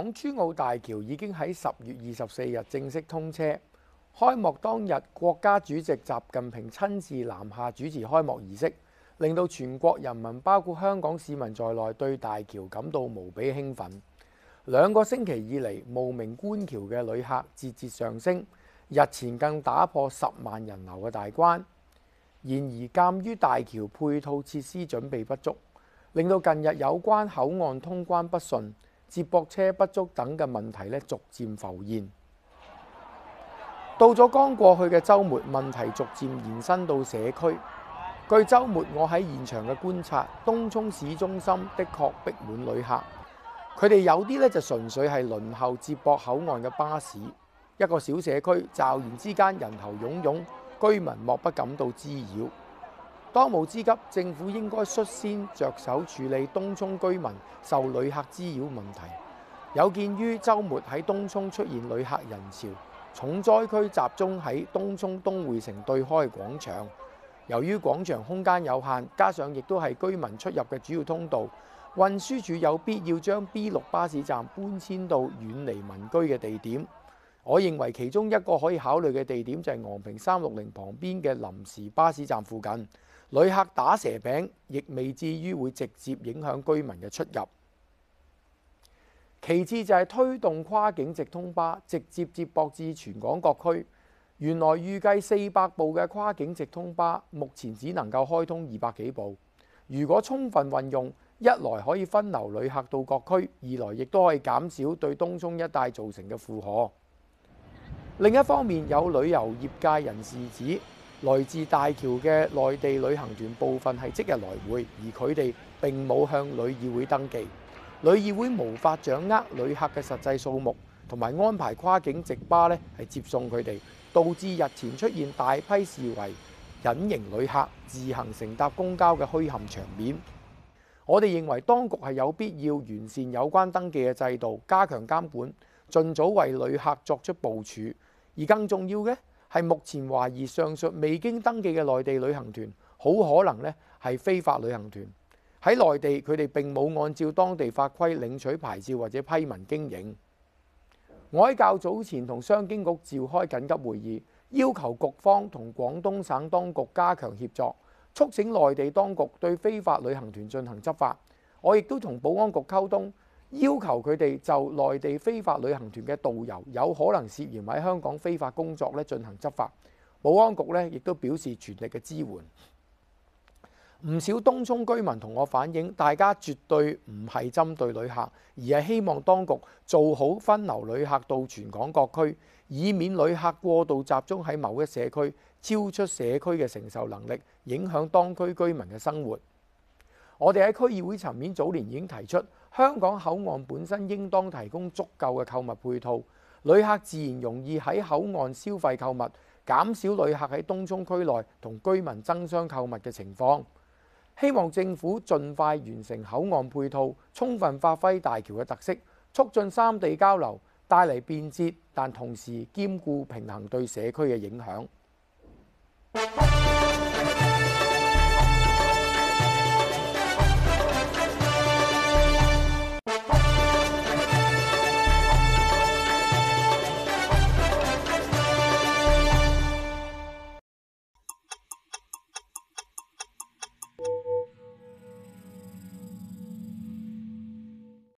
港珠澳大橋已經喺10月24日正式通車。開幕當日，國家主席習近平親自南下主持開幕儀式，令到全國人民包括香港市民在內對大橋感到無比興奮。2個星期以嚟，慕名觀橋嘅旅客節節上升，日前更打破10萬人流嘅大關。然而，鑑於大橋配套設施準備不足，令到近日有關口岸通關不順、接駁車不足等嘅問題逐漸浮現。到咗剛過去嘅週末，問題逐漸延伸到社區。據週末我喺現場嘅觀察，東涌市中心的確逼滿旅客。佢哋有啲就純粹係輪候接駁口岸嘅巴士。一個小社區，驟然之間人頭湧湧，居民莫不感到滋擾。當務之急，政府應該率先着手處理東涌居民受旅客滋擾問題。有見於週末喺東涌出現旅客人潮，重災區集中喺東涌東匯城對開廣場。由於廣場空間有限，加上亦都係居民出入嘅主要通道，運輸署有必要將 B6 巴士站搬遷到遠離民居嘅地點。我認為其中一個可以考慮嘅地點就係昂坪360旁邊嘅臨時巴士站附近，旅客打蛇餅，亦未至於會直接影響居民嘅出入。其次就係推動跨境直通巴，直接接駁至全港各區。原來預計400部嘅跨境直通巴，目前只能夠開通200幾部。如果充分運用，一來可以分流旅客到各區，二來亦都可以減少對東涌一帶造成嘅負荷。另一方面，有旅遊業界人士指，來自大橋嘅內地旅行團部分係即日來回，而佢哋並冇向旅議會登記。旅議會無法掌握旅客嘅實際數目，同埋安排跨境直巴係接送佢哋，導致日前出現大批視為隱形旅客自行乘搭公交嘅虛陷場面。我哋認為當局係有必要完善有關登記嘅制度，加強監管，盡早為旅客作出部署。而更重要嘅係，目前懷疑上述未經登記嘅內地旅行團，好可能係非法旅行團。喺內地，佢哋並冇按照當地法規領取牌照或者批文經營。我喺較早前同商經局召開緊急會議，要求局方同廣東省當局加強協作，促請內地當局對非法旅行團進行執法。我亦都同保安局溝通，要求佢哋就內地非法旅行團嘅導遊有可能涉嫌喺香港非法工作進行執法。保安局亦都表示全力嘅支援。唔少東涌居民同我反映，大家絕對唔係針對旅客，而係希望當局做好分流旅客到全港各區，以免旅客過度集中喺某一社區，超出社區嘅承受能力，影響當區居民嘅生活。我哋喺區議會層面早年已經提出，香港口岸本身應當提供足夠嘅購物配套，旅客自然容易喺口岸消費購物，減少旅客喺東涌區內同居民爭相購物嘅情況。希望政府盡快完成口岸配套，充分發揮大橋嘅特色，促進三地交流，帶嚟便捷，但同時兼顧平衡對社區嘅影響。